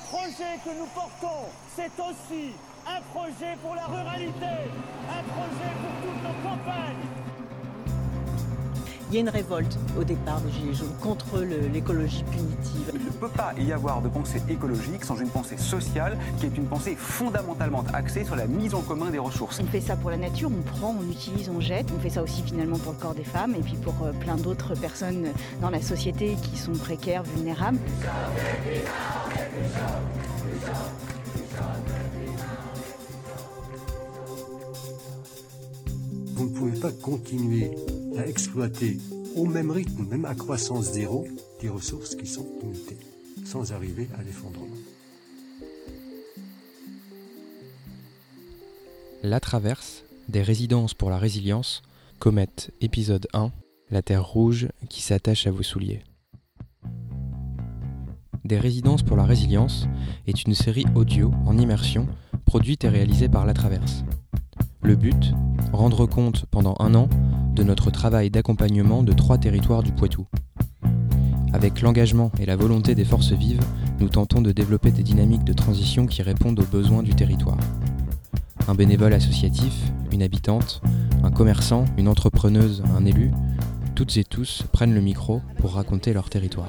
projet que nous portons, c'est aussi un projet pour la ruralité, un projet pour toutes nos campagnes. Il y a une révolte au départ des Gilets jaunes contre l'écologie punitive. Il ne peut pas y avoir de pensée écologique sans une pensée sociale qui est une pensée fondamentalement axée sur la mise en commun des ressources. On fait ça pour la nature, on prend, on utilise, on jette. On fait ça aussi finalement pour le corps des femmes et puis pour plein d'autres personnes dans la société qui sont précaires, vulnérables. Vous ne pouvez pas continuer à exploiter au même rythme, même à croissance zéro, des ressources qui sont limitées, sans arriver à l'effondrement. La Traverse, des résidences pour la résilience, Comète, épisode 1, la terre rouge qui s'attache à vos souliers. Des résidences pour la résilience est une série audio en immersion produite et réalisée par La Traverse. Le but, rendre compte pendant 1 an de notre travail d'accompagnement de 3 territoires du Poitou. Avec l'engagement et la volonté des forces vives, nous tentons de développer des dynamiques de transition qui répondent aux besoins du territoire. Un bénévole associatif, une habitante, un commerçant, une entrepreneuse, un élu, toutes et tous prennent le micro pour raconter leur territoire.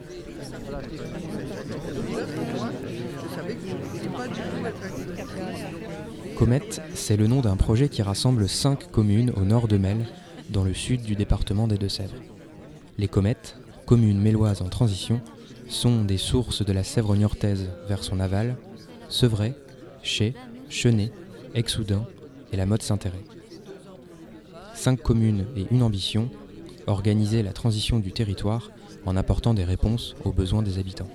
Comète, c'est le nom d'un projet qui rassemble 5 communes au nord de Melle, dans le sud du département des Deux-Sèvres. Les Comètes, communes méloises en transition, sont des sources de la Sèvre niortaise vers son aval, Sevré, Chez, Chenay, Exoudun et la Motte-Saint-Thérèse. 5 communes et une ambition, organiser la transition du territoire en apportant des réponses aux besoins des habitants.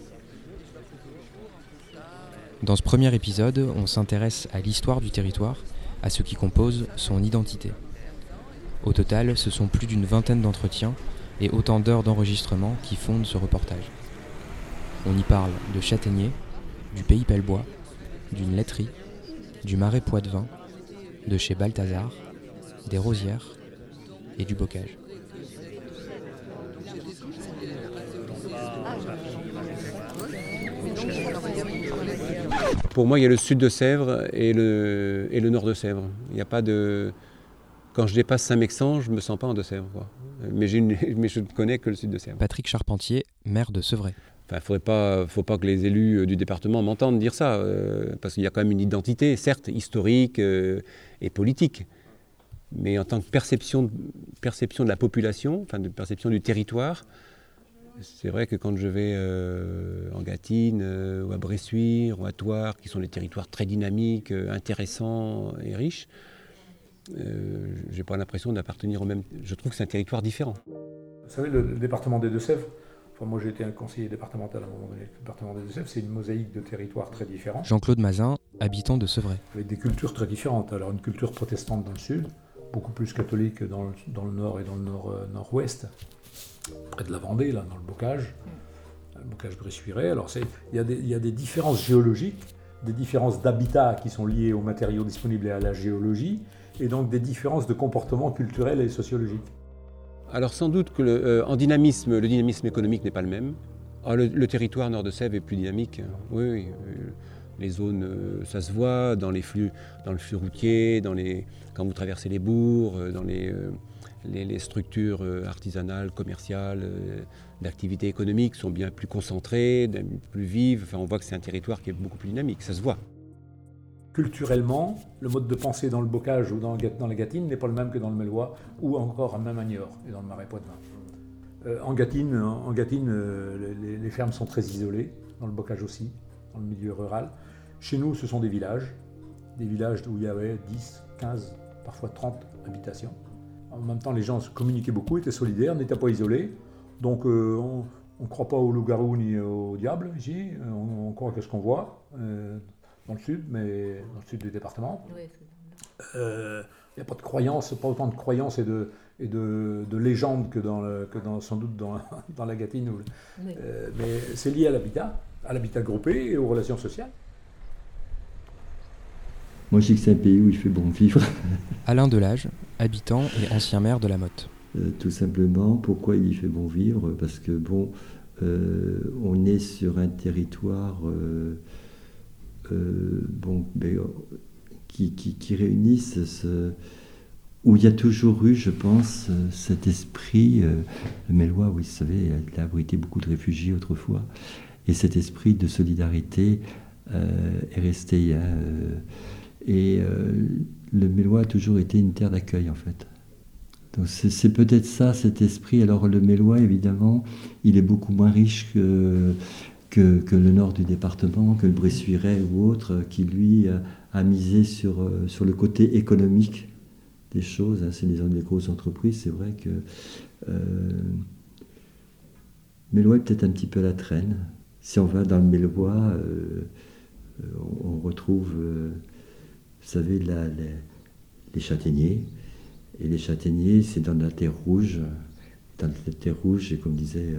Dans ce premier épisode, on s'intéresse à l'histoire du territoire, à ce qui compose son identité. Au total, ce sont plus d'une vingtaine d'entretiens et autant d'heures d'enregistrement qui fondent ce reportage. On y parle de châtaigniers, du pays Pellebois, d'une laiterie, du marais Poitevin, de chez Balthazar, des rosières et du bocage. Pour moi, il y a le sud de Sèvres et le nord de Sèvres. Il n'y a pas de... Quand je dépasse Saint-Mexan, je ne me sens pas en Deux-Sèvres, quoi. Mais je ne connais que le sud de Sèvres. Patrick Charpentier, maire de Sevré. Enfin, faut pas que les élus du département m'entendent dire ça, parce qu'il y a quand même une identité, certes historique et politique. Mais en tant que perception de la population, enfin de perception du territoire, c'est vrai que quand je vais en Gâtine, ou à Bressuire, ou à Thouars, qui sont des territoires très dynamiques, intéressants et riches, j'ai pas l'impression d'appartenir au même... Je trouve que c'est un territoire différent. Vous savez, le département des Deux-Sèvres, moi j'ai été un conseiller départemental à un moment donné, le département des Deux-Sèvres, c'est une mosaïque de territoires très différents. Jean-Claude Mazin, habitant de Sevré. Avec des cultures très différentes. Alors une culture protestante dans le sud, beaucoup plus catholique dans le nord et dans le nord-ouest, près de la Vendée, là, dans le bocage bressuirais. Alors il y a des différences géologiques, des différences d'habitat qui sont liées aux matériaux disponibles et à la géologie, et donc des différences de comportement culturel et sociologique. Alors sans doute que le dynamisme économique n'est pas le même. Alors, le territoire nord de Sèvres est plus dynamique. Oui. Les zones, ça se voit dans le flux routier, quand vous traversez les bourgs, dans les structures artisanales, commerciales, d'activité économique sont bien plus concentrées, plus vives. Enfin, on voit que c'est un territoire qui est beaucoup plus dynamique, ça se voit. Culturellement, le mode de pensée dans le bocage ou dans la Gâtine n'est pas le même que dans le Mélois ou encore même à Niort et dans le marais Poitevin. En Gâtine, les fermes sont très isolées, dans le bocage aussi, dans le milieu rural. Chez nous, ce sont des villages où il y avait 10, 15, parfois 30 habitations. En même temps, les gens se communiquaient beaucoup, étaient solidaires, n'étaient pas isolés. Donc on ne croit pas au loup-garou ni au diable ici, on croit que ce qu'on voit. Dans le sud, mais dans le sud du département. Il n'y a pas de croyance, pas autant de croyances et de légendes que sans doute dans la Gâtine. Oui. Mais c'est lié à l'habitat groupé et aux relations sociales. Moi, je sais que c'est un pays où il fait bon vivre. Alain Delage, habitant et ancien maire de la Motte. Tout simplement, pourquoi il fait bon vivre ? Parce que on est sur un territoire qui réunit où il y a toujours eu, je pense, cet esprit, le Mélois, oui, vous savez, il a abrité beaucoup de réfugiés autrefois, et cet esprit de solidarité est resté. Le Mélois a toujours été une terre d'accueil, en fait. Donc c'est peut-être ça, cet esprit. Alors le Mélois, évidemment, il est beaucoup moins riche que le nord du département, que le Bressuiret ou autre, qui lui a misé sur le côté économique des choses. C'est les grosses entreprises, c'est vrai que Mélois est peut-être un petit peu à la traîne. Si on va dans le Mélois, on retrouve, vous savez, les châtaigniers. Et les châtaigniers, c'est dans la terre rouge. Dans la terre rouge, et comme disait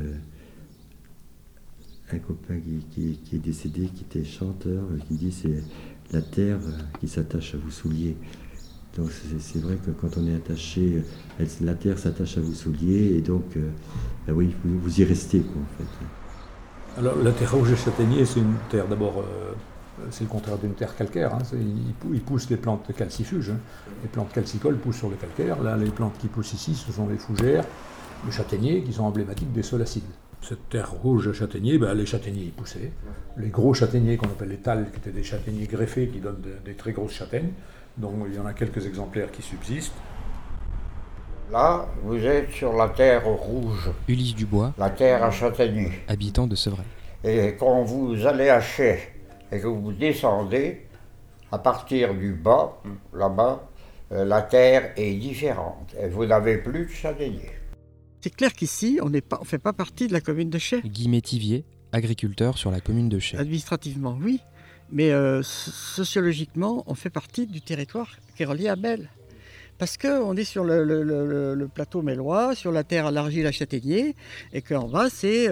un copain qui est décédé, qui était chanteur, qui dit c'est la terre qui s'attache à vos souliers. Donc c'est vrai que quand on est attaché, la terre s'attache à vos souliers, et donc oui, vous y restez, quoi, en fait. Alors la terre rouge et châtaignier, c'est une terre d'abord, c'est le contraire d'une terre calcaire. Il pousse les plantes calcifuges. Les plantes calcicoles poussent sur le calcaire. Là, les plantes qui poussent ici, ce sont les fougères, les châtaigniers, qui sont emblématiques des sols acides. Cette terre rouge châtaignier, les châtaigniers y poussaient. Les gros châtaigniers qu'on appelle les talles, qui étaient des châtaigniers greffés qui donnent des très grosses châtaignes. Donc il y en a quelques exemplaires qui subsistent. Là, vous êtes sur la terre rouge. Ulysse Dubois, la terre à châtaignier. Habitant de Sevray. Et quand vous allez à Chais et que vous descendez, à partir du bas, là-bas, la terre est différente. Et vous n'avez plus de châtaignier. C'est clair qu'ici, on ne fait pas partie de la commune de Chais. Guy Métivier, agriculteur sur la commune de Chais. Administrativement, oui. Mais sociologiquement, on fait partie du territoire qui est relié à Belle. Parce qu'on est sur le plateau mélois, sur la terre à l'argile à châtaignier, et qu'en bas, c'est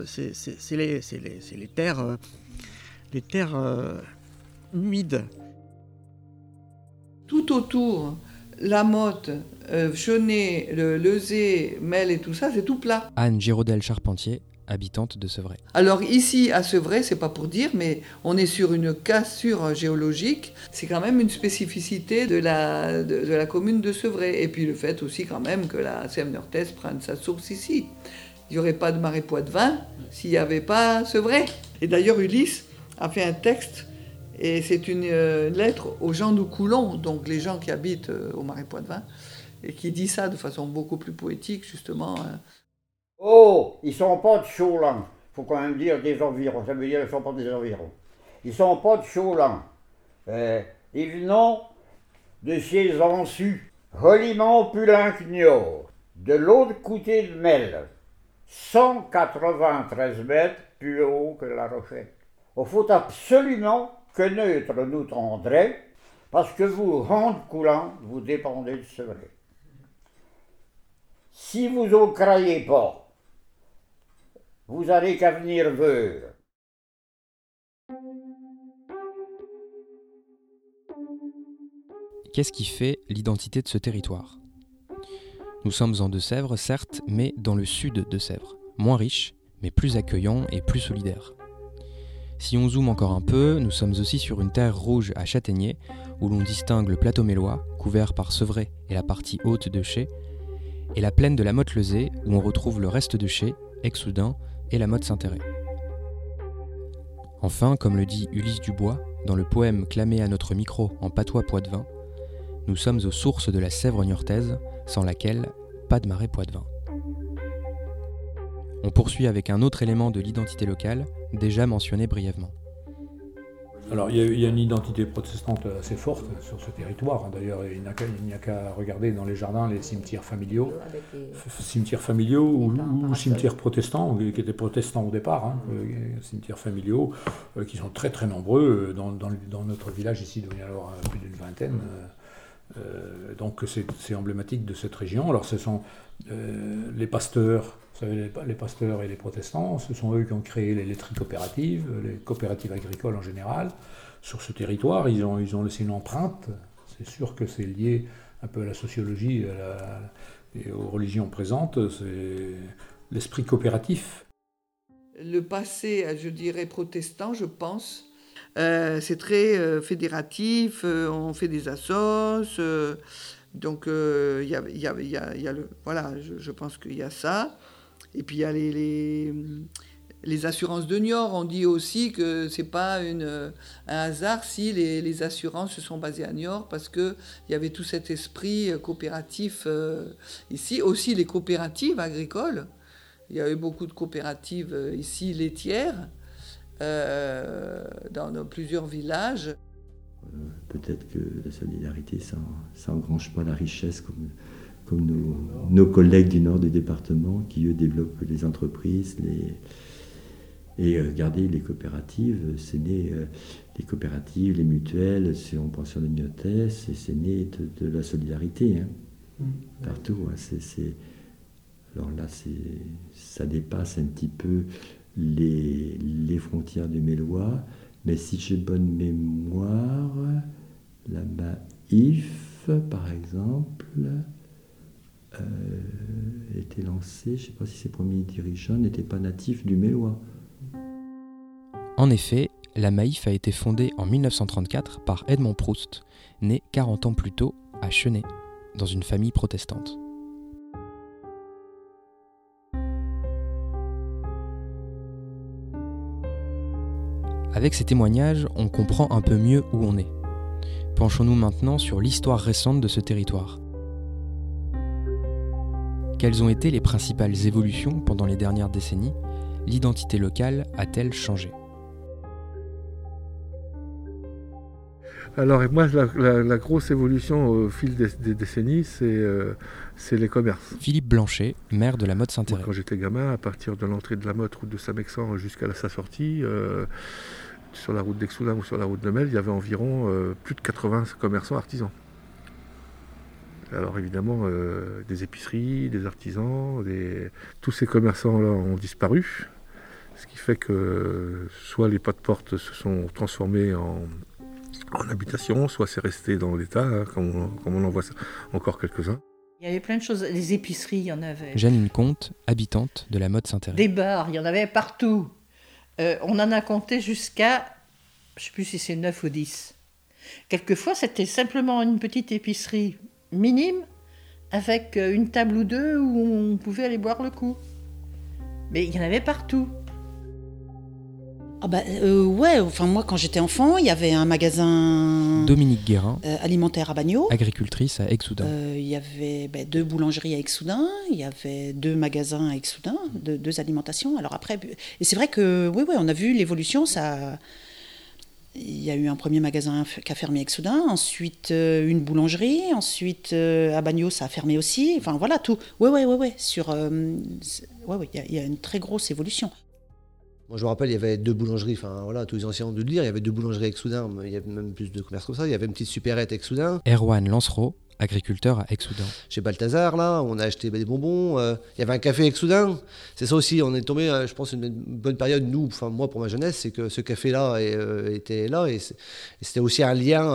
les terres humides. Tout autour, la Motte, Chaunet, le Lezé, Melle et tout ça, c'est tout plat. Anne Giraudel-Charpentier, habitante de Sevray. Alors ici, à Sevray, c'est pas pour dire, mais on est sur une cassure géologique. C'est quand même une spécificité de la commune de Sevray. Et puis le fait aussi quand même que la Sèvres-Niortaise prenne sa source ici. Il n'y aurait pas de Marais Poitevin s'il n'y avait pas Sevray. Et d'ailleurs, Ulysse a fait un texte, et c'est une lettre aux gens de Coulon, donc les gens qui habitent au Marais Poitevin, et qui dit ça de façon beaucoup plus poétique, justement. Oh, ils ne sont pas de Chaulan. Il faut quand même dire des environs. Ça veut dire qu'ils ne sont pas des environs. Ils ne sont pas de Chaulan. Ils viennent de chez Ansu, Rolimont Pulincnior, de l'autre côté de Melle, 193 mètres plus haut que La Rochette. Il faut absolument que Neutre nous tendrait, parce que vous, Ronde Coulant, vous dépendez de Sevray. Si vous ne croyez pas, vous n'allez qu'à venir voir. Qu'est-ce qui fait l'identité de ce territoire ? Nous sommes en Deux-Sèvres, certes, mais dans le sud de Sèvres, moins riche, mais plus accueillant et plus solidaire. Si on zoome encore un peu, nous sommes aussi sur une terre rouge à châtaignier, où l'on distingue le plateau mélois, couvert par Sevray et la partie haute de Chais, et la plaine de la Motte-Lezé, où on retrouve le reste de Chais, Exoudun et la Motte-Saint-Thérèse. Enfin, comme le dit Ulysse Dubois, dans le poème clamé à notre micro en patois poitevin, nous sommes aux sources de la Sèvre niortaise, sans laquelle, pas de Marais Poitevin. On poursuit avec un autre élément de l'identité locale, déjà mentionné brièvement. Alors il y a une identité protestante assez forte sur ce territoire. D'ailleurs, il n'y a qu'à regarder dans les jardins les cimetières familiaux ou cimetières protestants, qui étaient protestants au départ, cimetières familiaux, qui sont très très nombreux dans notre village ici, il doit y en avoir plus d'une vingtaine. Donc c'est emblématique de cette région. Alors ce sont les pasteurs, vous savez, les pasteurs et les protestants, ce sont eux qui ont créé les laiteries coopératives, les coopératives agricoles en général. Sur ce territoire, ils ont laissé une empreinte. C'est sûr que c'est lié un peu à la sociologie et aux religions présentes. C'est l'esprit coopératif. Le passé, je dirais protestant, je pense. C'est très fédératif, on fait des assos, donc il y a le, voilà, je pense qu'il y a ça. Et puis il y a les assurances de Niort. On dit aussi que c'est pas un hasard si les assurances se sont basées à Niort, parce qu'il y avait tout cet esprit coopératif ici. Aussi les coopératives agricoles. Il y a eu beaucoup de coopératives ici laitières dans plusieurs villages. Peut-être que la solidarité, ça engrange pas la richesse comme nos collègues du nord du département qui, eux, développent les entreprises. Et regardez, les coopératives, c'est né, les coopératives, les mutuelles, si on prend sur le Miotes, c'est né de la solidarité, hein, partout. Hein, alors là, ça dépasse un petit peu les frontières du Mélois, mais si j'ai bonne mémoire, la Maïf, par exemple, était lancée, je ne sais pas si ses premiers dirigeants n'étaient pas natifs du Mélois. En effet, la Maïf a été fondée en 1934 par Edmond Proust, né 40 ans plus tôt à Chenay, dans une famille protestante. Avec ces témoignages, on comprend un peu mieux où on est. Penchons-nous maintenant sur l'histoire récente de ce territoire. Quelles ont été les principales évolutions pendant les dernières décennies ? L'identité locale a-t-elle changé ? Alors, et moi, la grosse évolution au fil des décennies, c'est les commerces. Philippe Blanchet, maire de la Motte-Saint-Thérèse. Quand j'étais gamin, à partir de l'entrée de la Motte, route de Saint-Mexan, jusqu'à sa sortie, sur la route d'Exoudun ou sur la route de Mel, il y avait environ plus de 80 commerçants artisans. Alors évidemment, des épiceries, des artisans, tous ces commerçants-là ont disparu, ce qui fait que soit les pas-de-porte se sont transformés en habitation, soit c'est resté dans l'état, hein, comme on en voit encore quelques-uns. Il y avait plein de choses, les épiceries, il y en avait. Janine Comte, habitante de la Motte-Saint-Thérèse. Des bars, il y en avait partout. On en a compté jusqu'à, je ne sais plus si c'est 9 ou 10. Quelquefois, c'était simplement une petite épicerie minime, avec une table ou deux où on pouvait aller boire le coup. Mais il y en avait partout. Ah bah, ouais, enfin moi quand j'étais enfant, il y avait un magasin Dominique Guérin, alimentaire à Bagnols, agricultrice à Exoudun. Il y avait 2 boulangeries à Exoudun, il y avait 2 magasins à Exoudun, 2 alimentations. Alors après, et c'est vrai que oui, on a vu l'évolution. Ça, il y a eu un premier magasin qui a fermé à Exoudun, ensuite une boulangerie, ensuite à Bagnols ça a fermé aussi. Enfin voilà tout. Ouais. Sur, il y a une très grosse évolution. Moi, je me rappelle, il y avait 2 boulangeries, enfin voilà, tous les anciens ont dû le dire, il y avait 2 boulangeries à Exoudun, mais il y avait même plus de commerces comme ça, il y avait une petite supérette à Exoudun. Erwan Lancereau, agriculteur à Exoudun. Chez Balthazar, là, on a acheté des bonbons, il y avait un café à Exoudun, c'est ça aussi, on est tombé, je pense, une bonne période, nous, enfin moi pour ma jeunesse, c'est que ce café-là était là, et c'était aussi un lien,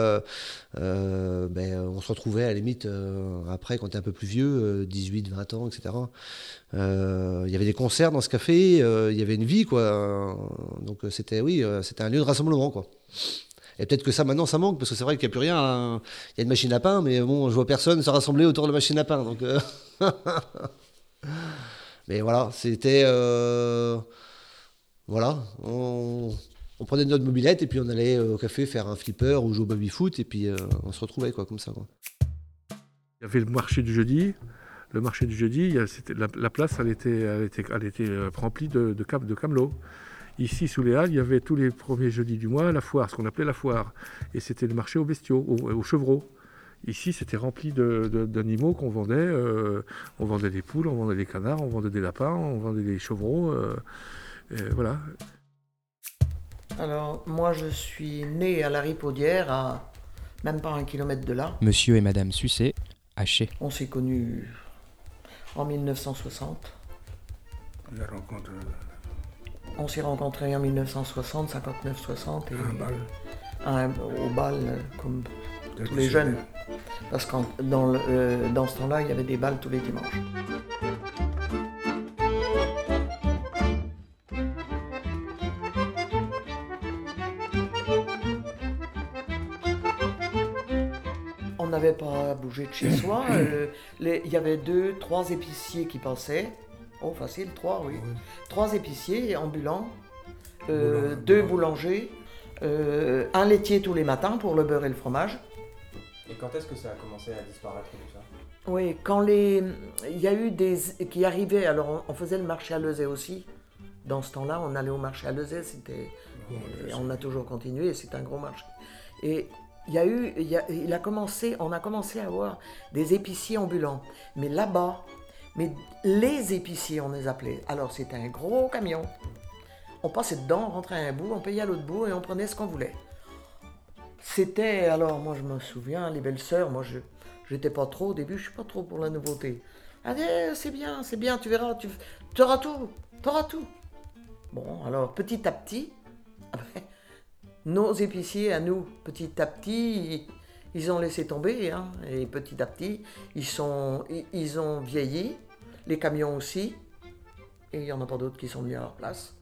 on se retrouvait à la limite, après, quand t'es un peu plus vieux, 18, 20 ans, etc., il y avait des concerts dans ce café, il y avait une vie, quoi. Donc c'était un lieu de rassemblement, quoi. Et peut-être que ça, maintenant, ça manque, parce que c'est vrai qu'il n'y a plus rien. Hein. Il y a une machine à pain, mais bon, je vois personne se rassembler autour de la machine à pain. Donc, mais voilà, c'était... Voilà, on prenait notre mobilette et puis on allait au café faire un flipper ou jouer au baby-foot, et puis on se retrouvait, quoi, comme ça, quoi. Il y avait le marché du jeudi. Le marché du jeudi, la place, elle était remplie de camelots. Ici, sous les Halles, il y avait tous les premiers jeudis du mois la foire, ce qu'on appelait la foire. Et c'était le marché aux bestiaux, aux chevreaux. Ici, c'était rempli d'animaux qu'on vendait. On vendait des poules, on vendait des canards, on vendait des lapins, on vendait des chevreaux. Voilà. Alors, moi, je suis né à la Ripaudière, à même pas 1 kilomètre de là. Monsieur et Madame Sucet, haché. On s'est connus en 1960. La rencontre... On s'est rencontrés en 1960, 59-60. Au bal, comme tous les jeunes. Parce que dans ce temps-là, il y avait des bals tous les dimanches. n'avait pas à bouger de chez soi. Il y avait 2, 3 épiciers qui passaient. Oh, facile, 3, oui. 3 épiciers ambulants, 2 boulangers, un laitier tous les matins pour le beurre et le fromage. Et quand est-ce que ça a commencé à disparaître tout ça? Oui, quand il y a eu des qui arrivaient, alors on faisait le marché à Lezay aussi. Dans ce temps-là, on allait au marché à Lezay, on a toujours continué, c'est un gros marché. Et on a commencé à avoir des épiciers ambulants. Mais là-bas, les épiciers, on les appelait. Alors c'était un gros camion. On passait dedans, on rentrait à un bout, on payait à l'autre bout et on prenait ce qu'on voulait. C'était, alors moi je me souviens, les belles-sœurs, moi j'étais pas trop, au début je suis pas trop pour la nouveauté. Allez, c'est bien, tu verras, tu auras tout. Bon, alors petit à petit, nos épiciers à nous, petit à petit, ils ont laissé tomber, hein, et petit à petit, ils ont vieilli, les camions aussi, et il n'y en a pas d'autres qui sont venus à leur place.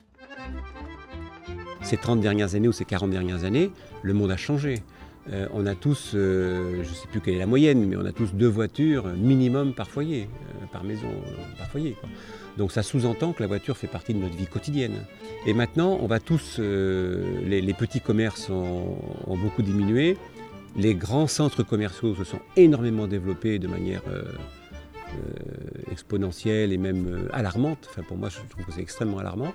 Ces 30 dernières années ou ces 40 dernières années, le monde a changé. On a tous, je ne sais plus quelle est la moyenne, mais on a tous 2 voitures minimum par foyer, par maison, par foyer, quoi. Donc ça sous-entend que la voiture fait partie de notre vie quotidienne. Et maintenant, on va tous, les petits commerces ont beaucoup diminué, les grands centres commerciaux se sont énormément développés de manière exponentielle et même alarmante. Enfin, pour moi, je trouve que c'est extrêmement alarmant.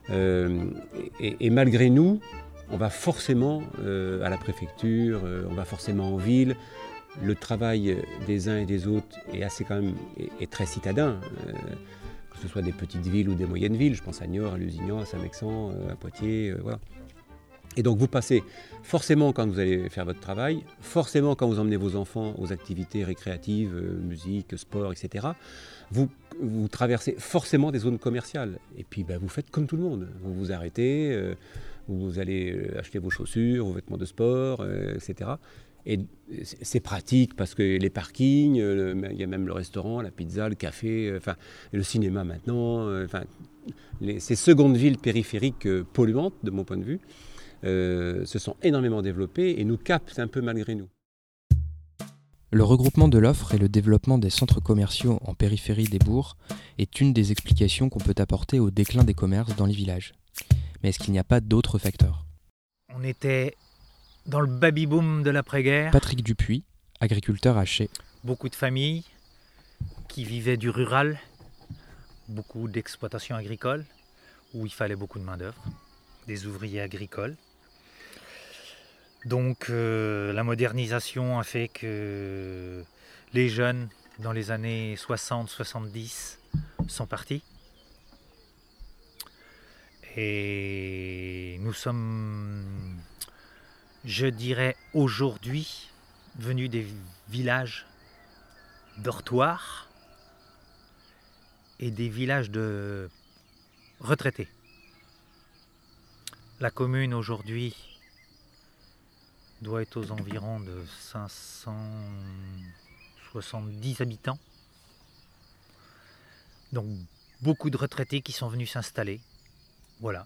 Et malgré nous, on va forcément à la préfecture, on va forcément en ville. Le travail des uns et des autres est très citadin, que ce soit des petites villes ou des moyennes villes. Je pense à Niort, à Lusignan, à Saint-Mexan, à Poitiers, voilà. Et donc vous passez forcément quand vous allez faire votre travail, forcément quand vous emmenez vos enfants aux activités récréatives, musique, sport, etc. Vous traversez forcément des zones commerciales. Et puis vous faites comme tout le monde. Vous vous arrêtez, vous allez acheter vos chaussures, vos vêtements de sport, etc. Et c'est pratique parce que les parkings, il y a même le restaurant, la pizza, le café, le cinéma maintenant. Ces secondes villes périphériques polluantes, de mon point de vue, se sont énormément développées et nous captent un peu malgré nous. Le regroupement de l'offre et le développement des centres commerciaux en périphérie des bourgs est une des explications qu'on peut apporter au déclin des commerces dans les villages. Mais est-ce qu'il n'y a pas d'autres facteurs? On était dans le baby-boom de l'après-guerre. Patrick Dupuis, agriculteur à Chais. Beaucoup de familles qui vivaient du rural, beaucoup d'exploitations agricoles où il fallait beaucoup de main-d'œuvre, des ouvriers agricoles. Donc la modernisation a fait que les jeunes, dans les années 60-70, sont partis. Et nous sommes, je dirais aujourd'hui, venus des villages dortoirs et des villages de retraités. La commune aujourd'hui doit être aux environs de 570 habitants. Donc beaucoup de retraités qui sont venus s'installer. Voilà.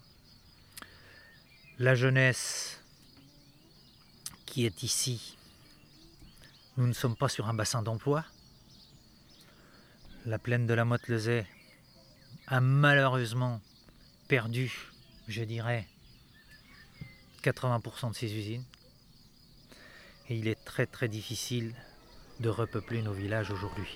La jeunesse qui est ici, nous ne sommes pas sur un bassin d'emploi. La plaine de la Motte-Lezay a malheureusement perdu, je dirais, 80% de ses usines. Et il est très très difficile de repeupler nos villages aujourd'hui.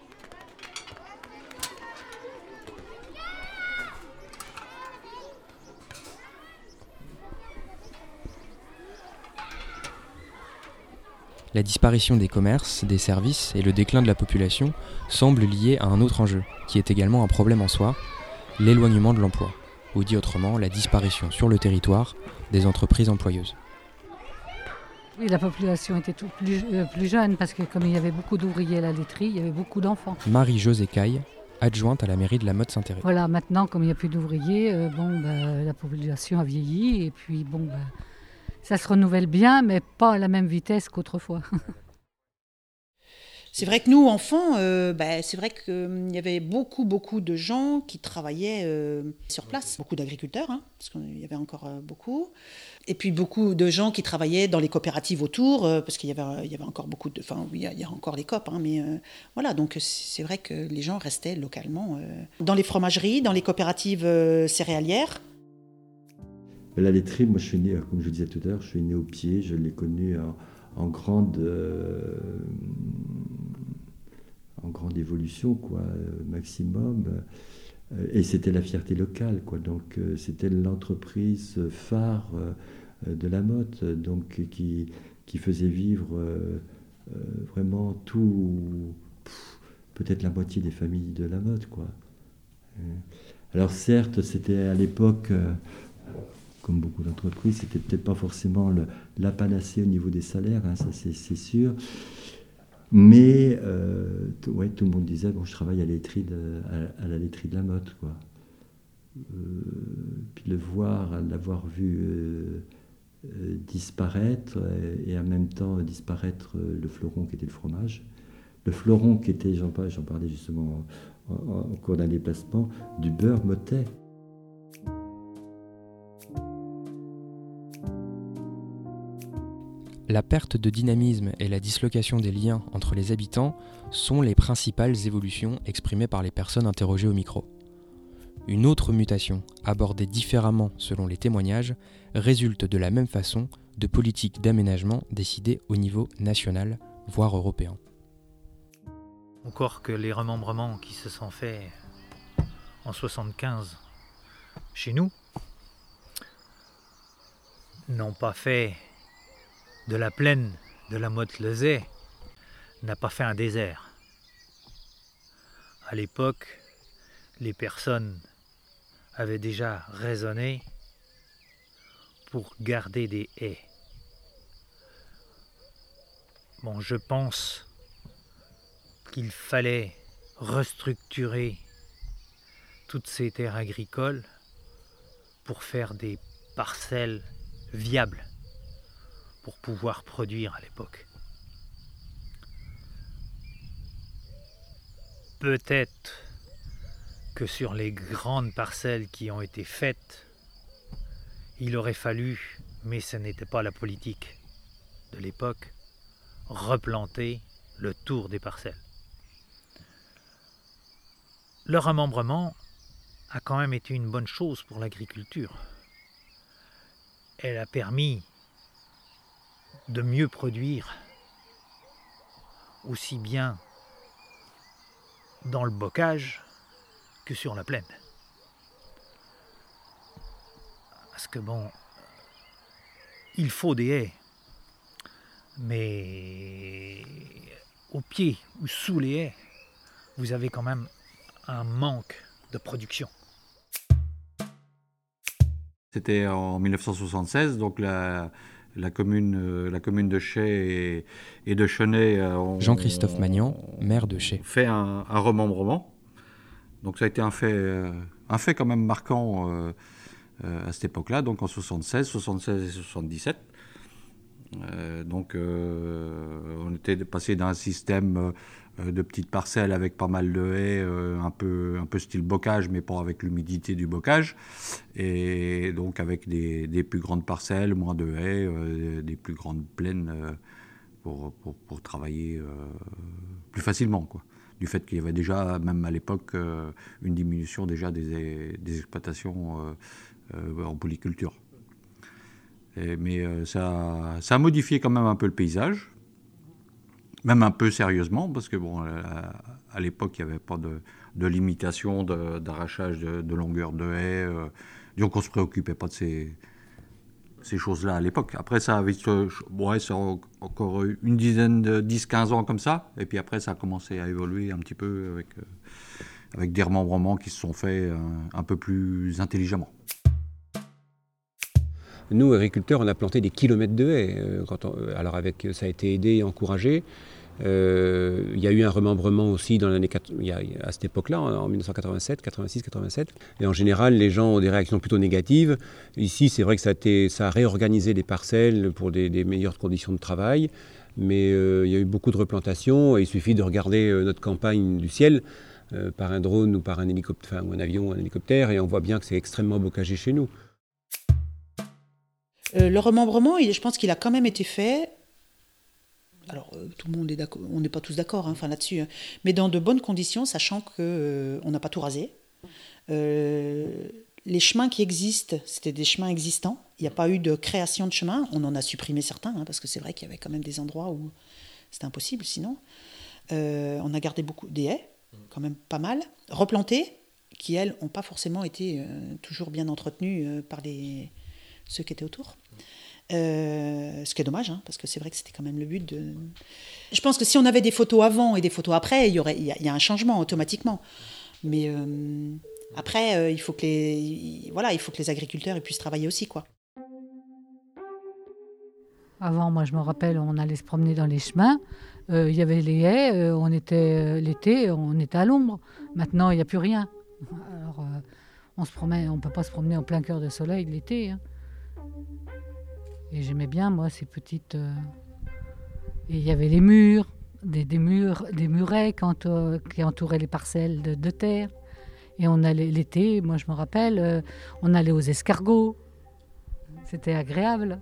La disparition des commerces, des services et le déclin de la population semblent liés à un autre enjeu, qui est également un problème en soi, l'éloignement de l'emploi, ou dit autrement, la disparition sur le territoire des entreprises employeuses. Oui, la population était plus jeune parce que comme il y avait beaucoup d'ouvriers à la laiterie, il y avait beaucoup d'enfants. Marie-Josée Caille, adjointe à la mairie de la Motte-Saint-Thérèse. Voilà, maintenant comme il n'y a plus d'ouvriers, la population a vieilli et puis ça se renouvelle bien mais pas à la même vitesse qu'autrefois. C'est vrai que nous, enfants, c'est vrai qu'il y avait beaucoup de gens qui travaillaient sur place. Beaucoup d'agriculteurs, hein, parce qu'il y avait encore beaucoup. Et puis beaucoup de gens qui travaillaient dans les coopératives autour, parce qu'il y avait encore beaucoup de... Enfin, oui, il y a encore les coop, hein, mais voilà. Donc c'est vrai que les gens restaient localement dans les fromageries, dans les coopératives céréalières. La laiterie, moi je suis né, comme je le disais tout à l'heure, je suis né au pied, je l'ai connu en grande évolution, quoi, maximum. Et c'était la fierté locale, quoi. Donc c'était l'entreprise phare de la Motte, donc qui faisait vivre vraiment tout, peut-être la moitié des familles de la Motte, quoi. Alors certes, c'était à l'époque, comme beaucoup d'entreprises, c'était peut-être pas forcément la panacée au niveau des salaires, hein, ça c'est sûr. Mais tout le monde disait, bon, je travaille à la laiterie de la Motte, quoi. Puis l'avoir vu disparaître, et en même temps disparaître le fleuron qui était le fromage. Le fleuron qui était, j'en parlais justement en cours d'un déplacement, du beurre mottais. La perte de dynamisme et la dislocation des liens entre les habitants sont les principales évolutions exprimées par les personnes interrogées au micro. Une autre mutation, abordée différemment selon les témoignages, résulte de la même façon de politiques d'aménagement décidées au niveau national, voire européen. Encore que les remembrements qui se sont faits en 1975 chez nous n'ont pas fait de la plaine de la Motte-Lezay, n'a pas fait un désert. À l'époque, les personnes avaient déjà raisonné pour garder des haies. Bon, je pense qu'il fallait restructurer toutes ces terres agricoles pour faire des parcelles viables pour pouvoir produire à l'époque. Peut-être que sur les grandes parcelles qui ont été faites, il aurait fallu, mais ce n'était pas la politique de l'époque, replanter le tour des parcelles. Le remembrement a quand même été une bonne chose pour l'agriculture. Elle a permis de mieux produire, aussi bien dans le bocage que sur la plaine. Parce que bon, il faut des haies, mais au pied ou sous les haies, vous avez quand même un manque de production. C'était en 1976, donc la commune de Chay et de Chenay Jean-Christophe Magnan, maire de Chay, fait un remembrement. Donc ça a été un fait quand même marquant à cette époque-là, donc en 76 et 77. On était passé d'un système de petites parcelles avec pas mal de haies, un peu style bocage, mais pas avec l'humidité du bocage, et donc avec des plus grandes parcelles, moins de haies, des plus grandes plaines pour travailler plus facilement, quoi. Du fait qu'il y avait déjà, même à l'époque, une diminution déjà des exploitations en polyculture. Mais ça a modifié quand même un peu le paysage, même un peu sérieusement, parce que bon, à l'époque, il n'y avait pas de limitation d'arrachage de longueur de haies, donc on ne se préoccupait pas de ces choses-là à l'époque. Après, ça a vite, c'est encore une dizaine de 10-15 ans comme ça, et puis après, ça a commencé à évoluer un petit peu avec des remembrements qui se sont faits un peu plus intelligemment. Nous, agriculteurs, on a planté des kilomètres de haies. Alors ça a été aidé et encouragé. Il y a eu un remembrement aussi dans à cette époque-là, en 1987, 86, 87. Et en général, les gens ont des réactions plutôt négatives. Ici, c'est vrai que ça a réorganisé les parcelles pour des meilleures conditions de travail. Mais il y a eu beaucoup de replantations et il suffit de regarder notre campagne du ciel par un drone ou par un hélicoptère, ou un avion, un hélicoptère, et on voit bien que c'est extrêmement bocagé chez nous. Le remembrement, je pense qu'il a quand même été fait. Alors, tout le monde est d'accord, on n'est pas tous d'accord là-dessus, hein, mais dans de bonnes conditions, sachant qu'on n'a pas tout rasé. Les chemins qui existent, c'était des chemins existants. Il n'y a pas eu de création de chemins. On en a supprimé certains, parce que c'est vrai qu'il y avait quand même des endroits où c'était impossible sinon. On a gardé des haies, quand même pas mal, replantées, qui elles n'ont pas forcément été toujours bien entretenues par ceux qui étaient autour. Ce qui est dommage, parce que c'est vrai que c'était quand même le but de... Je pense que si on avait des photos avant et des photos après, il y a un changement automatiquement. Mais après, il faut que les agriculteurs puissent travailler aussi, quoi. Avant, moi je me rappelle, on allait se promener dans les chemins, il y avait les haies, l'été, on était à l'ombre. Maintenant, il n'y a plus rien. Alors, on ne peut pas se promener en plein cœur de soleil l'été. Et j'aimais bien, moi, ces petites... Et il y avait les murs, des murets qui entouraient les parcelles de terre. Et on allait l'été, moi je me rappelle, on allait aux escargots. C'était agréable.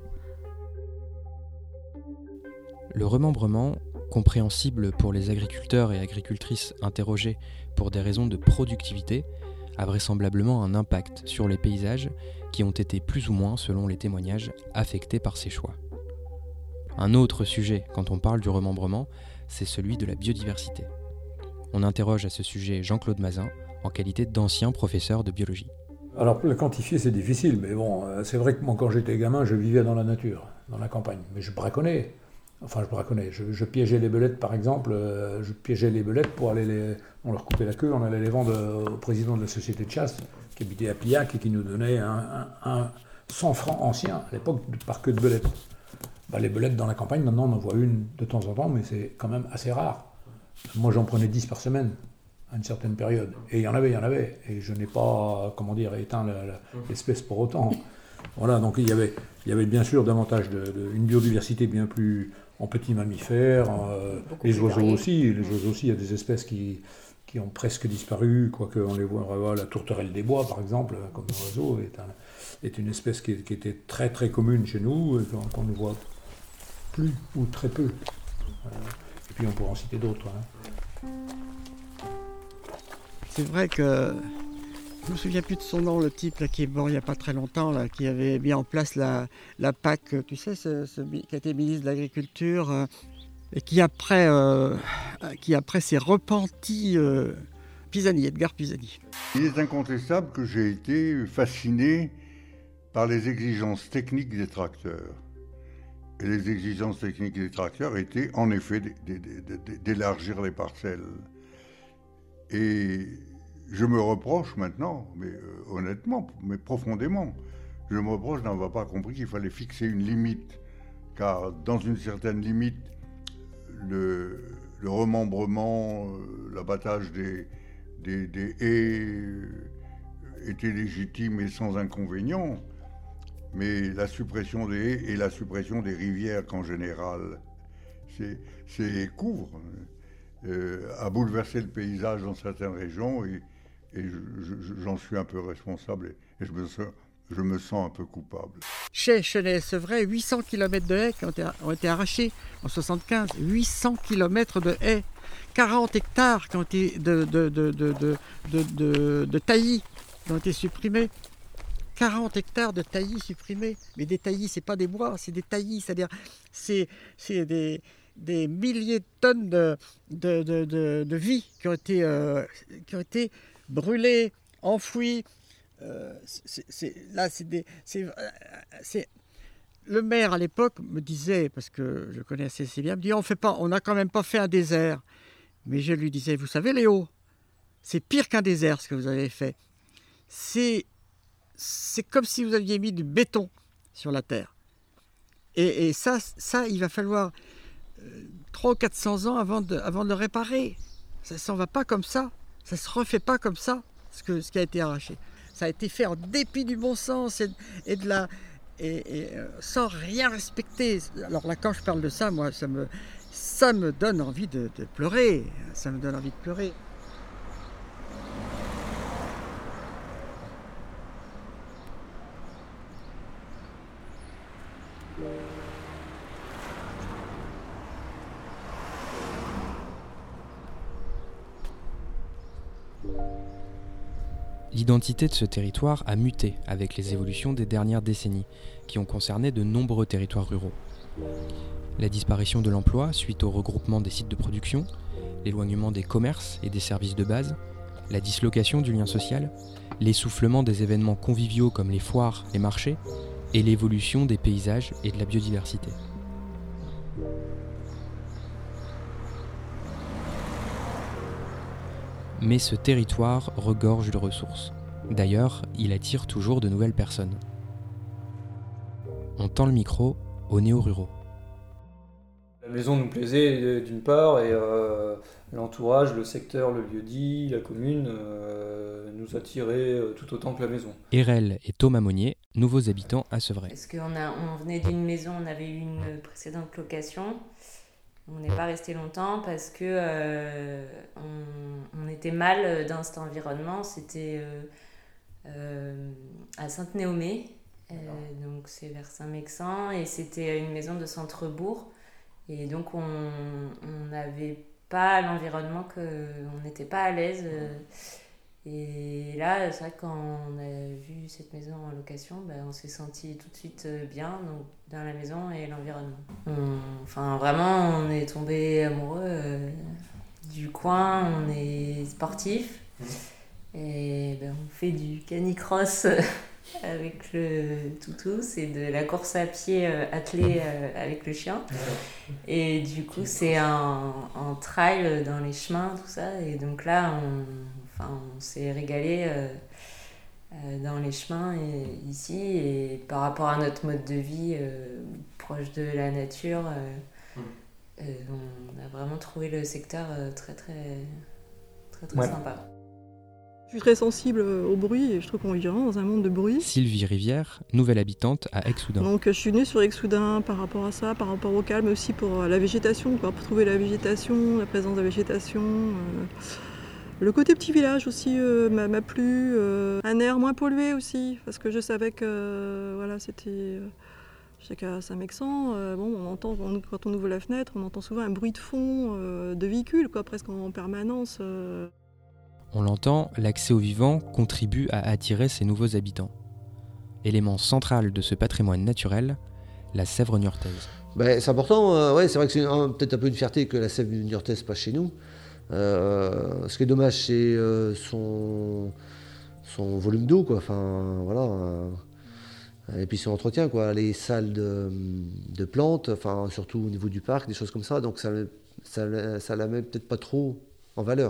Le remembrement, compréhensible pour les agriculteurs et agricultrices interrogés pour des raisons de productivité, a vraisemblablement un impact sur les paysages qui ont été plus ou moins, selon les témoignages, affectés par ces choix. Un autre sujet, quand on parle du remembrement, c'est celui de la biodiversité. On interroge à ce sujet Jean-Claude Mazin, en qualité d'ancien professeur de biologie. Alors, le quantifier, c'est difficile, mais bon, c'est vrai que moi, quand j'étais gamin, je vivais dans la nature, dans la campagne. Mais je braconnais. Je piégeais les belettes, par exemple. Je piégeais les belettes pour aller on leur coupait la queue, on allait les vendre au président de la société de chasse, qui habitait à Pillac et qui nous donnait un 100 francs ancien, à l'époque, par queue de belette. Les belettes dans la campagne, maintenant, on en voit une de temps en temps, mais c'est quand même assez rare. Moi, j'en prenais 10 par semaine, à une certaine période. Et il y en avait. Et je n'ai pas, éteint l'espèce pour autant. Voilà, donc il y avait bien sûr davantage une biodiversité bien plus en petits mammifères, les oiseaux aussi. Les oiseaux aussi, il y a des espèces qui ont presque disparu, quoique on les voit, la tourterelle des bois, par exemple, comme oiseau, est une espèce qui était très très commune chez nous, et qu'on ne voit plus ou très peu. Et puis on pourra en citer d'autres. C'est vrai que je me souviens plus de son nom, le type là, qui est mort il n'y a pas très longtemps, là, qui avait mis en place la PAC, tu sais, qui a été ministre de l'Agriculture, et qui après s'est repenti, Pisani, Edgar Pisani. Il est incontestable que j'ai été fasciné par les exigences techniques des tracteurs. Et les exigences techniques des tracteurs étaient en effet d'élargir les parcelles. Et je me reproche maintenant, mais honnêtement, mais profondément, je me reproche d'avoir pas compris qu'il fallait fixer une limite. Car dans une certaine limite, le remembrement, l'abattage des haies était légitime et sans inconvénient. Mais la suppression des haies et la suppression des rivières qu'en général, c'est couvre, a bouleversé le paysage dans certaines régions et j'en suis un peu responsable et je me sens un peu coupable. Chez Chenay-Sevray, 800 km de haies qui ont été arrachés en 1975. 800 km de haies, 40 hectares qui ont été de taillis qui ont été supprimés. 40 hectares de taillis supprimés. Mais des taillis, c'est pas des bois, c'est des taillis. C'est-à-dire, c'est des milliers de tonnes de vie qui ont été brûlées, enfouies. Le maire à l'époque me disait, parce que je connais assez bien, me dit on n'a quand même pas fait un désert. Mais je lui disais, vous savez Léo, c'est pire qu'un désert ce que vous avez fait. C'est comme si vous aviez mis du béton sur la terre. Et ça, il va falloir 300 ou 400 ans avant de le réparer. Ça ne s'en va pas comme ça. Ça ne se refait pas comme ça, ce qui a été arraché. Ça a été fait en dépit du bon sens et de et sans rien respecter. Alors là, quand je parle de ça, moi, ça me donne envie de pleurer. Ça me donne envie de pleurer. L'identité de ce territoire a muté avec les évolutions des dernières décennies, qui ont concerné de nombreux territoires ruraux. La disparition de l'emploi suite au regroupement des sites de production, l'éloignement des commerces et des services de base, la dislocation du lien social, l'essoufflement des événements conviviaux comme les foires, les marchés, et l'évolution des paysages et de la biodiversité. Mais ce territoire regorge de ressources. D'ailleurs, il attire toujours de nouvelles personnes. On tend le micro aux néo-ruraux. La maison nous plaisait d'une part, et l'entourage, le secteur, le lieu-dit, la commune nous attiraient tout autant que la maison. Erel et Thomas Monnier, nouveaux habitants à Sevray. Parce qu'on venait d'une maison, on avait eu une précédente location. On n'est pas resté longtemps parce que on était mal dans cet environnement. C'était à Sainte-Néomée, donc c'est vers Saint-Mexan, et c'était une maison de centre-bourg. Et donc on n'avait pas l'environnement, on n'était pas à l'aise. Et là, c'est vrai que quand on a vu cette maison en location, on s'est senti tout de suite bien donc, dans la maison et l'environnement. Vraiment, on est tombé amoureux du coin, on est sportif et on fait du canicross avec le toutou, c'est de la course à pied attelée avec le chien. Et du coup, c'est un trail dans les chemins, tout ça. Et donc là, on s'est régalé dans les chemins ici, et par rapport à notre mode de vie proche de la nature, on a vraiment trouvé le secteur très sympa. Je suis très sensible au bruit et je trouve qu'on vit vraiment dans un monde de bruit. Sylvie Rivière, nouvelle habitante à Aix-Soudain. Donc je suis venue sur Aix-Soudain par rapport à ça, par rapport au calme, mais aussi pour la végétation, pour trouver la végétation, la présence de la végétation. Le côté petit village aussi m'a plu, un air moins pollué aussi, parce que je savais que c'était... Je sais qu'à Saint-Mexan, on entend, quand on ouvre la fenêtre, on entend souvent un bruit de fond de véhicules, presque en permanence. On l'entend, l'accès au vivant contribue à attirer ces nouveaux habitants. Élément central de ce patrimoine naturel, la Sèvre niortaise. C'est important, c'est vrai que c'est peut-être un peu une fierté que la Sèvre niortaise passe chez nous. Ce qui est dommage, c'est son volume d'eau, et puis son entretien, les salles de plantes, surtout au niveau du parc, des choses comme ça, donc ça la met peut-être pas trop en valeur,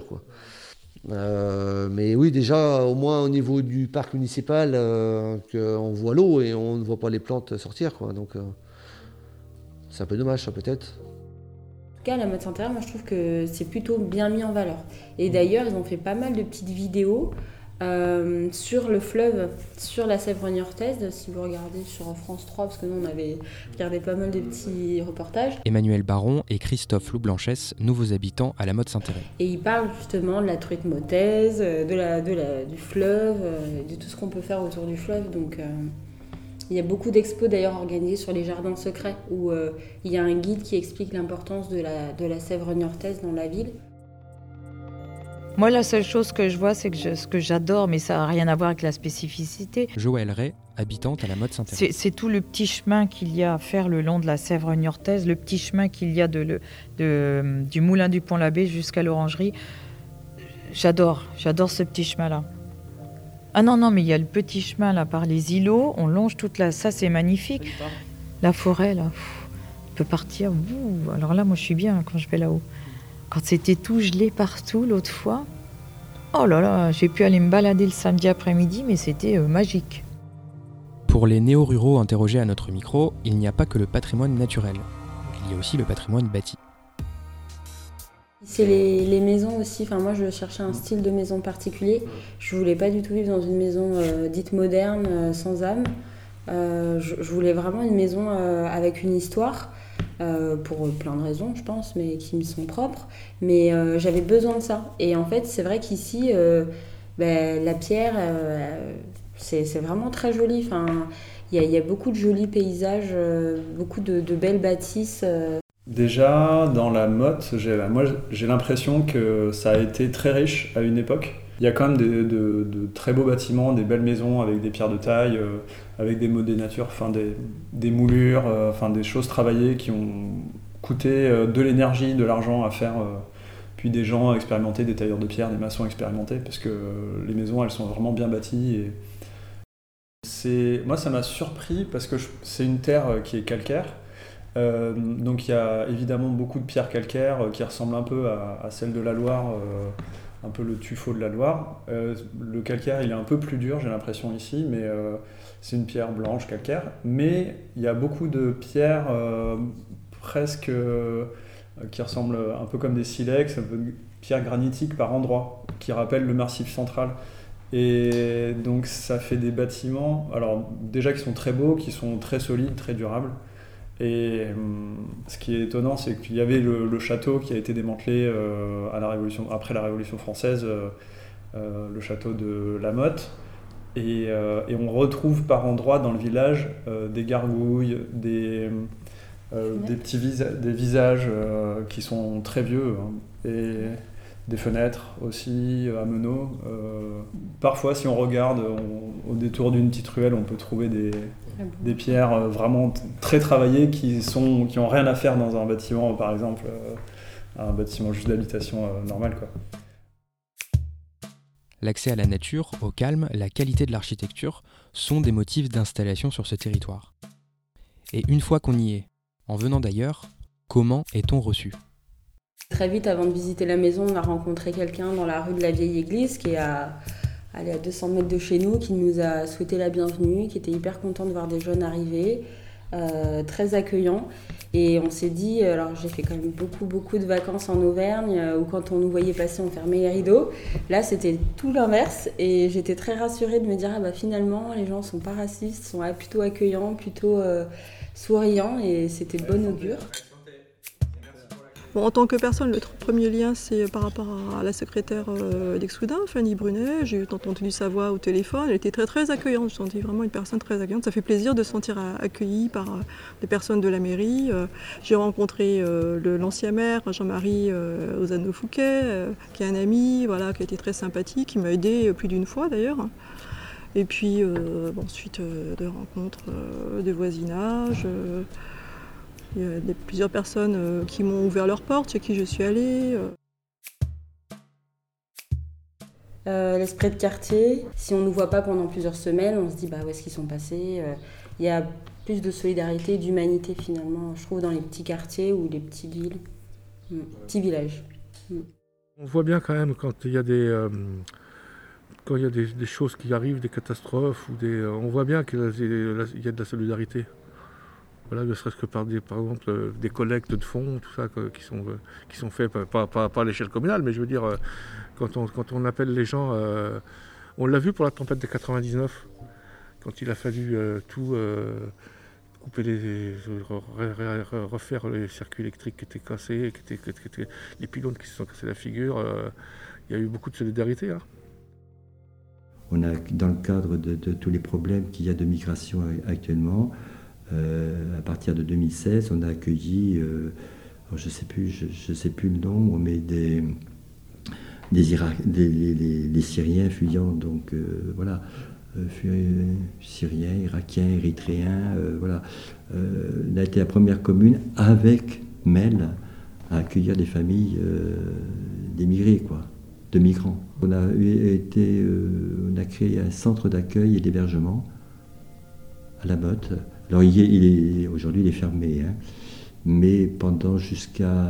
mais oui, déjà, au moins au niveau du parc municipal, on voit l'eau et on ne voit pas les plantes sortir, donc c'est un peu dommage, ça, peut-être. En tout cas, la mode Saint-Thérèse, moi je trouve que c'est plutôt bien mis en valeur. Et d'ailleurs, ils ont fait pas mal de petites vidéos sur le fleuve, sur la Sèvre niortaise, si vous regardez sur France 3, parce que nous on avait regardé pas mal de petits reportages. Emmanuel Baron et Christophe Loup-Blanchès, nouveaux habitants à la mode Saint-Thérèse. Et ils parlent justement de la truite motaise, du fleuve, de tout ce qu'on peut faire autour du fleuve. Donc il y a beaucoup d'expos d'ailleurs organisés sur les jardins secrets, où il y a un guide qui explique l'importance de la Sèvre niortaise dans la ville. Moi, la seule chose que je vois, c'est que ce que j'adore, mais ça n'a rien à voir avec la spécificité. Joëlle Ray, habitante à la mode Saint-Thérèse. C'est tout le petit chemin qu'il y a à faire le long de la Sèvre niortaise, le petit chemin qu'il y a du moulin du Pont-l'Abbé jusqu'à l'orangerie. J'adore ce petit chemin-là. Ah non, mais il y a le petit chemin là par les îlots, on longe toute ça c'est magnifique. La forêt là, on peut partir. Alors là, moi je suis bien quand je vais là-haut. Quand c'était tout gelé partout l'autre fois, oh là là, j'ai pu aller me balader le samedi après-midi, mais c'était magique. Pour les néo-ruraux interrogés à notre micro, il n'y a pas que le patrimoine naturel. Il y a aussi le patrimoine bâti. C'est les maisons aussi. Moi, je cherchais un style de maison particulier. Je voulais pas du tout vivre dans une maison dite moderne, sans âme. Je voulais vraiment une maison avec une histoire, pour plein de raisons, je pense, mais qui me sont propres. Mais j'avais besoin de ça. Et en fait, c'est vrai qu'ici, la pierre, c'est vraiment très joli. Enfin, il y a beaucoup de jolis paysages, beaucoup de belles bâtisses. Déjà, dans la Motte, j'ai l'impression que ça a été très riche à une époque. Il y a quand même de très beaux bâtiments, des belles maisons avec des pierres de taille, avec des modes des natures, enfin des moulures, enfin des choses travaillées qui ont coûté de l'énergie, de l'argent à faire, puis des gens expérimentés, des tailleurs de pierre, des maçons expérimentés, parce que les maisons, elles sont vraiment bien bâties. Moi, ça m'a surpris parce que c'est une terre qui est calcaire. Donc il y a évidemment beaucoup de pierres calcaires qui ressemblent un peu à celles de la Loire, un peu le tuffeau de la Loire. Le calcaire, il est un peu plus dur, j'ai l'impression ici, mais c'est une pierre blanche calcaire. Mais il y a beaucoup de pierres presque qui ressemblent un peu comme des silex, un peu de pierres granitiques par endroits, qui rappellent le Massif central. Et donc ça fait des bâtiments, alors déjà qui sont très beaux, qui sont très solides, très durables. Et ce qui est étonnant, c'est qu'il y avait le château qui a été démantelé après la Révolution française, le château de la Motte. Et on retrouve par endroits dans le village des gargouilles, des visages qui sont très vieux, hein, et des fenêtres aussi à meneaux. Parfois, si on regarde au détour d'une petite ruelle, on peut trouver des pierres vraiment très travaillées qui ont rien à faire dans un bâtiment, par exemple, un bâtiment juste d'habitation normal, quoi. L'accès à la nature, au calme, la qualité de l'architecture sont des motifs d'installation sur ce territoire. Et une fois qu'on y est, en venant d'ailleurs, comment est-on reçu ? Très vite, avant de visiter la maison, on a rencontré quelqu'un dans la rue de la Vieille Église qui est à 200 mètres de chez nous, qui nous a souhaité la bienvenue, qui était hyper content de voir des jeunes arriver, très accueillant. Et on s'est dit, alors j'ai fait quand même beaucoup de vacances en Auvergne, où quand on nous voyait passer, on fermait les rideaux. Là, c'était tout l'inverse, et j'étais très rassurée de me dire, finalement, les gens sont pas racistes, sont plutôt accueillants, plutôt souriants, et c'était de bon augure. Bon, en tant que personne, le premier lien, c'est par rapport à la secrétaire d'Aix-Soudain, Fanny Brunet. J'ai entendu sa voix au téléphone. Elle était très accueillante. Je sentais vraiment une personne très accueillante. Ça fait plaisir de se sentir accueilli par des personnes de la mairie. J'ai rencontré l'ancien maire, Jean-Marie Ozano-Fouquet, qui est un ami, voilà, qui a été très sympathique, qui m'a aidé plus d'une fois d'ailleurs. Et puis ensuite de rencontres de voisinage. Il y a plusieurs personnes qui m'ont ouvert leurs portes, chez qui je suis allée. L'esprit de quartier, si on ne nous voit pas pendant plusieurs semaines, on se dit où est-ce qu'ils sont passés. Il y a plus de solidarité, d'humanité finalement, je trouve, dans les petits quartiers ou les petites villes, petits villages. On voit bien quand même quand il y a des choses qui arrivent, des catastrophes, on voit bien qu'il y a de la solidarité. Voilà, ne serait-ce que par exemple des collectes de fonds, tout ça, qui sont faits pas à l'échelle communale, mais je veux dire, quand on appelle les gens, on l'a vu pour la tempête de 99, quand il a fallu tout couper, refaire les circuits électriques qui étaient cassés, les pylônes qui se sont cassés la figure, il y a eu beaucoup de solidarité. Hein. On a, dans le cadre de tous les problèmes qu'il y a de migration actuellement, à partir de 2016, on a accueilli, je sais plus le nom, mais des Syriens fuyant, donc Syriens, Irakiens, Érythréens, voilà. On a été la première commune avec MEL à accueillir des familles d'émigrés, de migrants. On a créé un centre d'accueil et d'hébergement à la Motte. Alors aujourd'hui il est fermé, hein, mais pendant jusqu'à...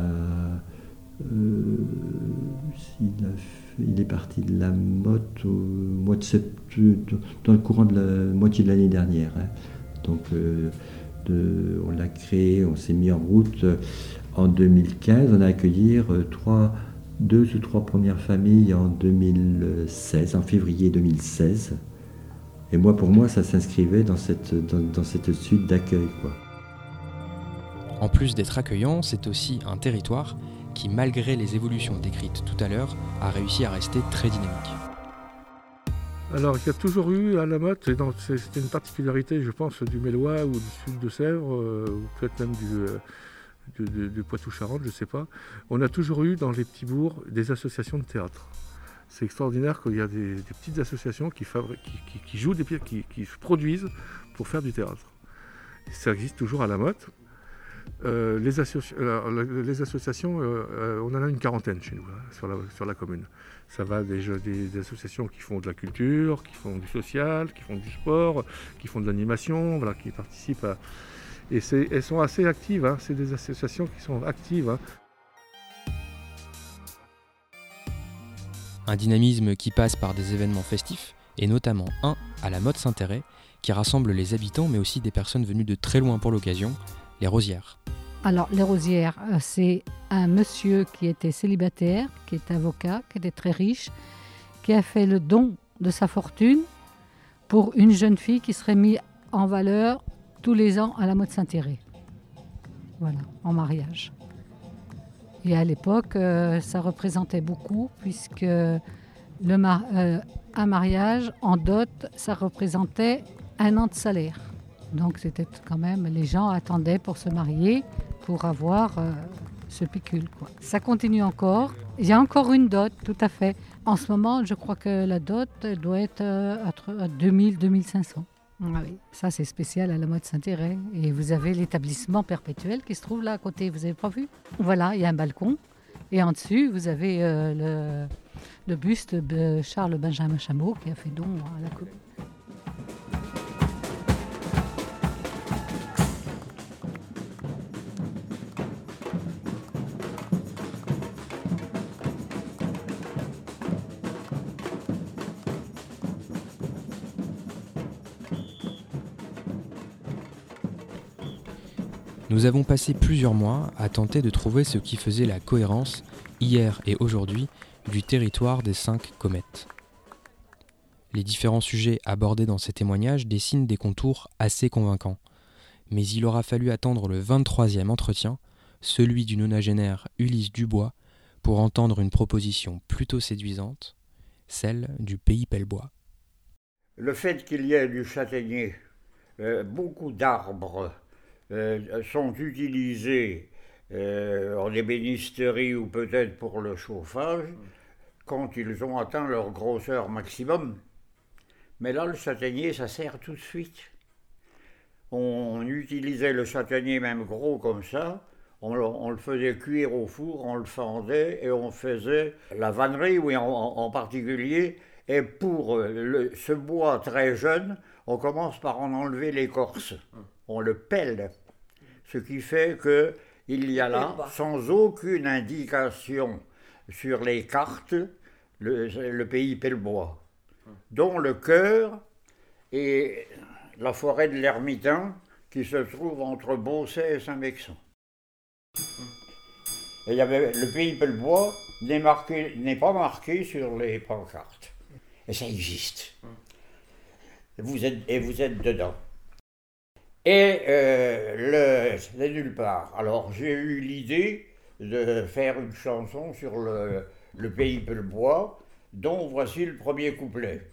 il est parti de la Motte au mois de septembre, dans le courant de la moitié de l'année dernière. Hein. Donc on l'a créé, on s'est mis en route en 2015. On a accueilli 2 ou 3 premières familles en 2016, en février 2016. Et moi, pour moi, ça s'inscrivait dans cette suite d'accueil, quoi. En plus d'être accueillant, c'est aussi un territoire qui, malgré les évolutions décrites tout à l'heure, a réussi à rester très dynamique. Alors, il y a toujours eu à la Motte, et c'était une particularité, je pense, du Mélois ou du sud de Sèvres, ou peut-être même du Poitou-Charentes, je ne sais pas. On a toujours eu dans les petits bourgs des associations de théâtre. C'est extraordinaire qu'il y a des petites associations qui jouent des pièces, qui se produisent pour faire du théâtre. Ça existe toujours à la Motte. Les associations, on en a une quarantaine chez nous, sur la commune. Ça va des associations qui font de la culture, qui font du social, qui font du sport, qui font de l'animation, voilà, qui participent à... Et elles sont assez actives, hein, c'est des associations qui sont actives. Hein. Un dynamisme qui passe par des événements festifs, et notamment un à la Motte Saint-Thérèse, qui rassemble les habitants mais aussi des personnes venues de très loin pour l'occasion, les Rosières. Alors, les Rosières, c'est un monsieur qui était célibataire, qui est avocat, qui était très riche, qui a fait le don de sa fortune pour une jeune fille qui serait mise en valeur tous les ans à la Motte Saint-Thérèse. Voilà, en mariage. Et à l'époque, ça représentait beaucoup, puisque un mariage en dot, ça représentait 1 an de salaire. Donc c'était quand même, les gens attendaient pour se marier, pour avoir ce pécule, quoi. Ça continue encore. Il y a encore une dot, tout à fait. En ce moment, je crois que la dot doit être à 2000-2500. Ah oui, ça c'est spécial à la Motte Saint-Thérèse. Et vous avez l'établissement perpétuel qui se trouve là à côté, vous n'avez pas vu? Voilà, il y a un balcon. Et en dessus, vous avez le buste de Charles Benjamin Chameau qui a fait don à la commune. Nous avons passé plusieurs mois à tenter de trouver ce qui faisait la cohérence, hier et aujourd'hui, du territoire des 5 comètes. Les différents sujets abordés dans ces témoignages dessinent des contours assez convaincants. Mais il aura fallu attendre le 23e entretien, celui du nonagénaire Ulysse Dubois, pour entendre une proposition plutôt séduisante, celle du pays Pelbois. Le fait qu'il y ait du châtaignier, beaucoup d'arbres, sont utilisés en ébénisterie ou peut-être pour le chauffage quand ils ont atteint leur grosseur maximum. Mais là, le châtaignier, ça sert tout de suite. On utilisait le châtaignier même gros comme ça, on le faisait cuire au four, on le fendait et on faisait la vannerie, oui, en particulier. Et pour ce bois très jeune, on commence par en enlever l'écorce. On le pèle, ce qui fait qu'il y a là, sans aucune indication sur les cartes, le pays Pelbois, dont le cœur est la forêt de l'Ermitain, qui se trouve entre Beausset et Saint-Mexan. Et il y avait le pays Pelbois n'est pas marqué sur les pancartes. Et ça existe. Vous êtes dedans. Et c'est nulle part. Alors j'ai eu l'idée de faire une chanson sur le pays Pelbois, dont voici le premier couplet.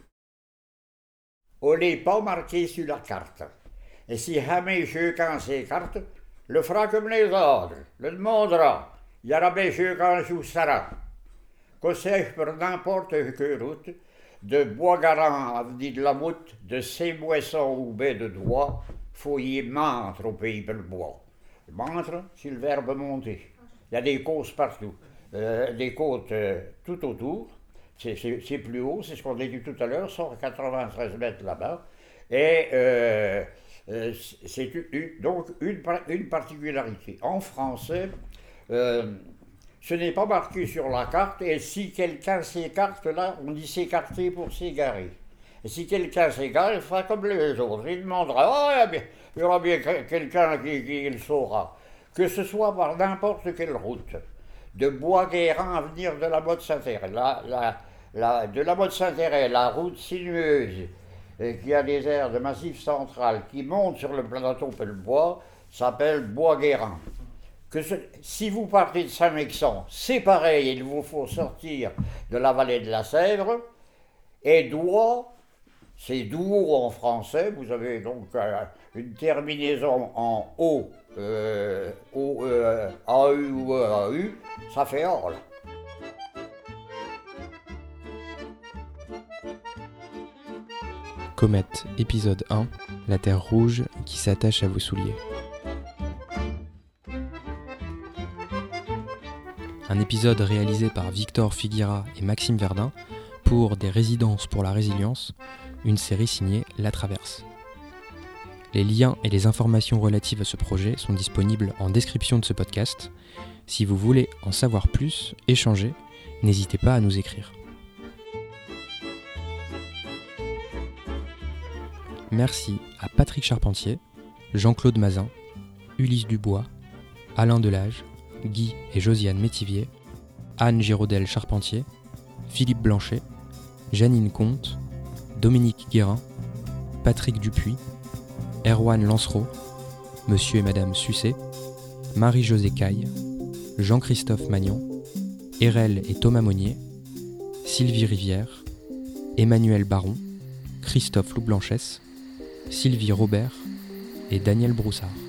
On n'est pas marqué sur la carte. Et si jamais chacun s'écarte, le fera comme les autres, le demandera. Il y aura bien chacun sous Sarah. Qu'on sèche pour n'importe quelle route, de Bois-Garant à avenue de la Moute, de Saint-Boisson ou baie de Doigt, faut y mentre au pays Pelbois. Mentre, c'est le verbe monter. Il y a des côtes partout, des côtes tout autour. C'est plus haut, c'est ce qu'on a dit tout à l'heure, 193 mètres là-bas. Et c'est donc une particularité. En français, ce n'est pas marqué sur la carte, et si quelqu'un s'écarte là, on dit s'écarter pour s'égarer. Et si quelqu'un s'égare, il fera comme les autres. Il demandera, il y aura bien quelqu'un qui le saura. Que ce soit par n'importe quelle route. De Bois-Guérand à venir de la Motte Saint-Thérèse. De la Motte Saint-Thérèse, la route sinueuse qui a des aires de Massif central qui montent sur le plateau Pelbois s'appelle Bois-Guérin. Si vous partez de Saint-Mexan, c'est pareil, il vous faut sortir de la vallée de la Sèvre, et Douai, c'est Douai en français, vous avez donc une terminaison en O, AU ou AU, ça fait Orle. Comète, épisode 1, la terre rouge qui s'attache à vos souliers. Un épisode réalisé par Victor Figuera et Maxime Verdun pour Des Résidences pour la Résilience, une série signée La Traverse. Les liens et les informations relatives à ce projet sont disponibles en description de ce podcast. Si vous voulez en savoir plus, échanger, n'hésitez pas à nous écrire. Merci à Patrick Charpentier, Jean-Claude Mazin, Ulysse Dubois, Alain Delage, Guy et Josiane Métivier, Anne Giraudel Charpentier, Philippe Blanchet, Janine Comte, Dominique Guérin, Patrick Dupuis, Erwan Lancereau, Monsieur et Madame Sucé, Marie-Josée Caille, Jean-Christophe Magnan, Erel et Thomas Monnier, Sylvie Rivière, Emmanuel Baron, Christophe Loublanchès, Sylvie Robert et Daniel Broussard.